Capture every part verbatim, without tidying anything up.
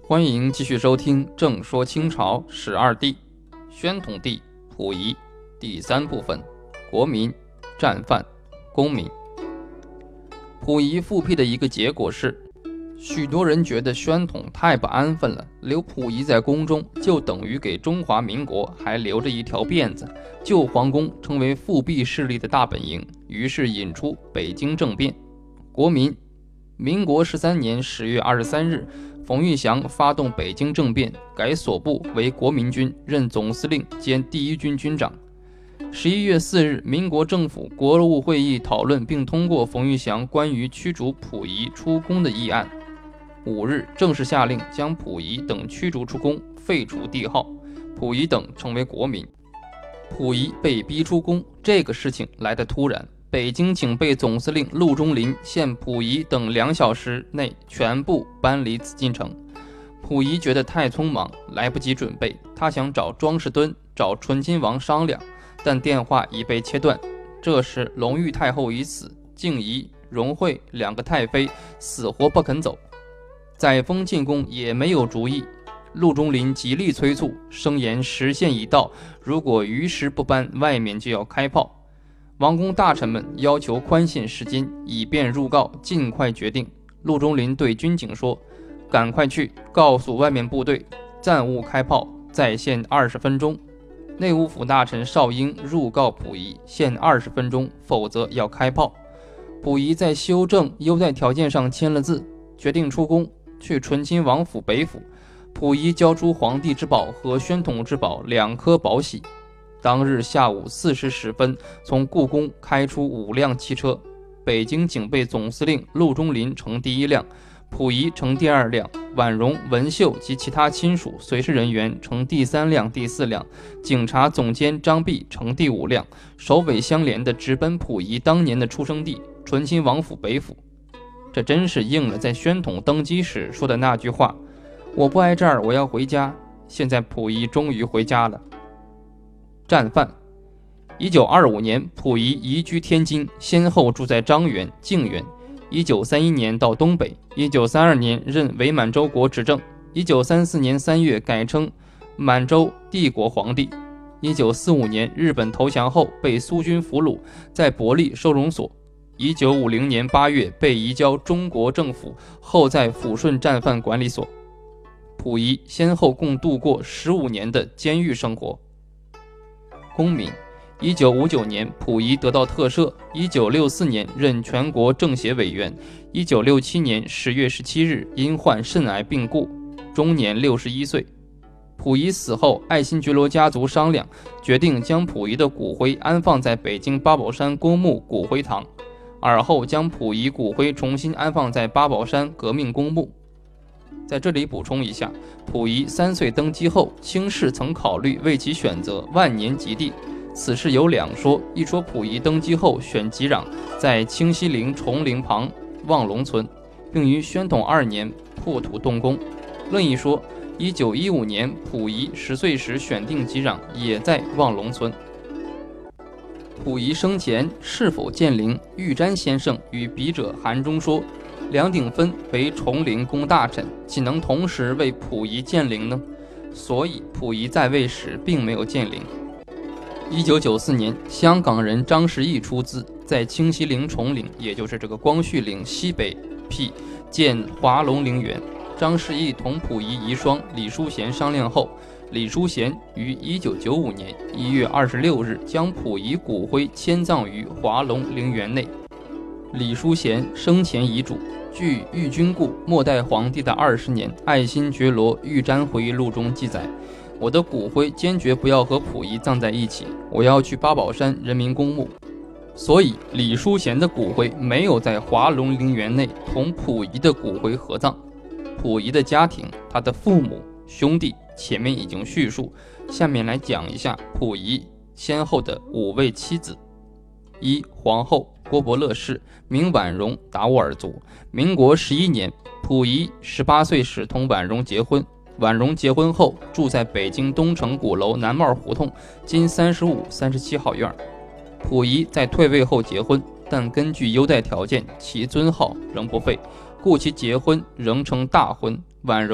欢迎继续收听《正说清朝十二帝》，宣统帝溥仪第三部分：国民、战犯、公民。溥仪复辟的一个结果是，许多人觉得宣统太不安分了，留溥仪在宫中就等于给中华民国还留着一条辫子，旧皇宫成为复辟势力的大本营，于是引出北京政变。国民，民国十三年十月二十三日，冯玉祥发动北京政变，改所部为国民军，任总司令兼第一军军长。十一月四日，民国政府国务会议讨论并通过冯玉祥关于驱逐溥仪出宫的议案。五日，正式下令将溥仪等驱逐出宫，废除帝号，溥仪等成为国民。溥仪被逼出宫，这个事情来得突然。北京警备总司令陆中麟限溥仪等两小时内全部搬离紫禁城。溥仪觉得太匆忙，来不及准备，他想找庄士敦、找醇亲王商量，但电话已被切断。这时隆裕太后已死，静怡、荣惠两个太妃死活不肯走，载沣进宫也没有主意。陆中麟极力催促，声言时限已到，如果逾时不搬，外面就要开炮。王公大臣们要求宽限时间，以便入告尽快决定。陆中麟对军警说：“赶快去告诉外面部队，暂勿开炮，再限二十分钟。”内务府大臣邵英入告溥仪，限二十分钟，否则要开炮。溥仪在修正优待条件上签了字，决定出宫，去醇亲王府北府。溥仪交出皇帝之宝和宣统之宝两颗宝玺。当日下午四时十分，从故宫开出五辆汽车，北京警备总司令陆中麟乘第一辆，溥仪乘第二辆，婉容、文秀及其他亲属随侍人员乘第三辆、第四辆，警察总监张弼乘第五辆，首尾相连的直奔溥仪当年的出生地醇亲王府北府。这真是应了在宣统登基时说的那句话：“我不挨这儿，我要回家。”现在溥仪终于回家了。战犯。一九二五年，溥仪移居天津，先后住在张园、静园。一九三一年到东北，一九三二年任伪满洲国执政，一九三四年三月改称满洲帝国皇帝。一九四五年日本投降后被苏军俘虏，在伯利收容所。一九五零年八月被移交中国政府，后在抚顺战犯管理所。溥仪先后共度过十五年的监狱生活。公民。一九五九年，溥仪得到特赦。一九六四年任全国政协委员。一九六七年十月十七日因患肾癌病故，终年六十一岁。溥仪死后，爱新觉罗家族商量，决定将溥仪的骨灰安放在北京八宝山公墓骨灰堂，而后将溥仪骨灰重新安放在八宝山革命公墓。在这里补充一下，溥仪三岁登基后，清室曾考虑为其选择万年吉地。此事有两说，一说溥仪登基后选吉壤，在清西陵崇陵旁望龙村，并于宣统二年破土动工；另一说，一九一五年溥仪十岁时选定吉壤，也在望龙村。溥仪生前是否建陵，玉瞻先生与笔者函中说，梁鼎芬为崇陵公大臣，岂能同时为溥仪建陵呢？所以溥仪在位时并没有建陵。一九九四年，香港人张时义出资，在清西陵崇陵，也就是这个光绪陵西北僻建华龙陵园。张时义同溥仪遗孀李淑贤商量后，李淑贤于一九九五年一月二十六日将溥仪骨灰迁葬于华龙陵园内。李淑贤生前遗嘱，据玉君故末代皇帝的二十年爱新觉罗玉瞻回忆录中记载，我的骨灰坚决不要和溥仪葬在一起，我要去八宝山人民公墓。所以李淑贤的骨灰没有在华龙陵园内同溥仪的骨灰合葬。溥仪的家庭，他的父母、兄弟前面已经叙述，下面来讲一下溥仪先后的五位妻子。一、皇后郭伯乐氏，名婉容，达斡尔族。民国十一年，溥仪十八岁时同婉容结婚。婉容结婚后住在北京东城鼓楼南帽胡同今三十五、三十七号院。溥仪在退位后结婚，但根据优待条件，其尊号仍不废，故其结婚仍称大婚。婉容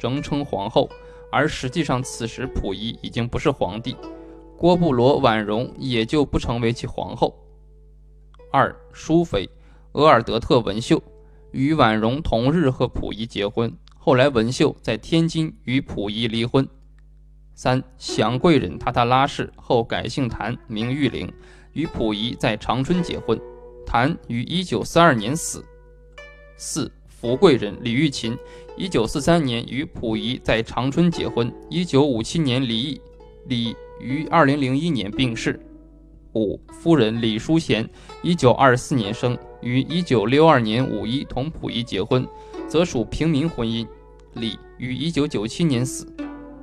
仍称皇后，而实际上此时溥仪已经不是皇帝，郭布罗婉容也就不成为其皇后。二、淑妃额尔德特文秀与婉容同日和溥仪结婚，后来文秀在天津与溥仪离婚。三、祥贵人塔塔拉氏后改姓谭，名玉玲，与溥仪在长春结婚，谭于一九四二年死。四、福贵人李玉琴一九四三年与溥仪在长春结婚，一九五七年离异，李于二零零一年病逝。五、夫人李淑贤一九二四年生，于一九六二年五一同溥仪结婚，则属平民婚姻，李于一九九七年死。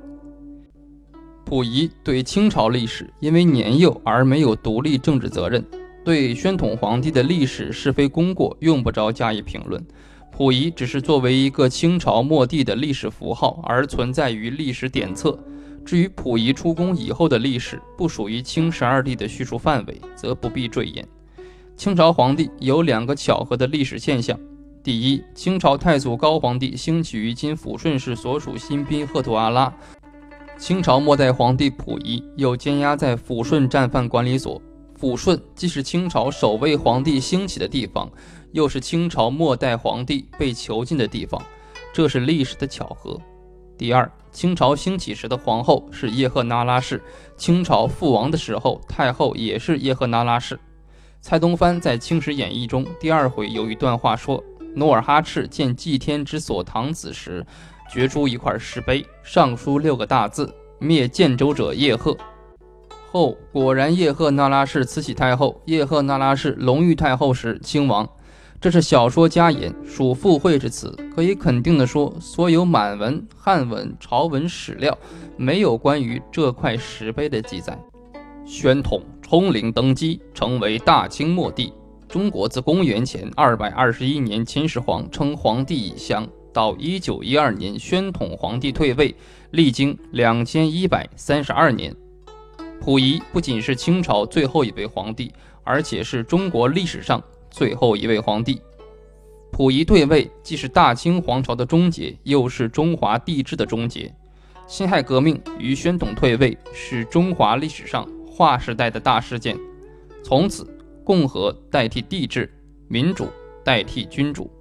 溥仪对清朝历史因为年幼而没有独立政治责任，对宣统皇帝的历史是非功过用不着加以评论。溥仪只是作为一个清朝末帝的历史符号而存在于历史典册，至于溥仪出宫以后的历史不属于清十二帝的叙述范围，则不必赘言。清朝皇帝有两个巧合的历史现象：第一，清朝太祖高皇帝兴起于今抚顺市所属新宾赫图阿拉，清朝末代皇帝溥仪又监押在抚顺战犯管理所。抚顺既是清朝首位皇帝兴起的地方，又是清朝末代皇帝被囚禁的地方，这是历史的巧合。第二，清朝兴起时的皇后是叶赫那拉氏，清朝覆亡的时候太后也是叶赫那拉氏。蔡东藩在《清史演义》中第二回有一段话说，努尔哈赤见祭天之所堂子时，掘出一块石碑，上书六个大字：灭建州者叶赫。后果然叶赫那拉氏慈禧太后，叶赫那拉氏隆裕太后时亲亡。这是小说家言，属附会之词，可以肯定地说，所有满文、汉文、朝文史料没有关于这块石碑的记载。宣统冲龄登基，成为大清末帝。中国自公元前二百二十一年秦始皇称皇帝以降，到一九一二年宣统皇帝退位，历经两千一百三十二年。溥仪不仅是清朝最后一位皇帝，而且是中国历史上最后一位皇帝。溥仪退位既是大清皇朝的终结，又是中华帝制的终结。辛亥革命与宣统退位是中华历史上划时代的大事件，从此共和代替帝制，民主代替君主。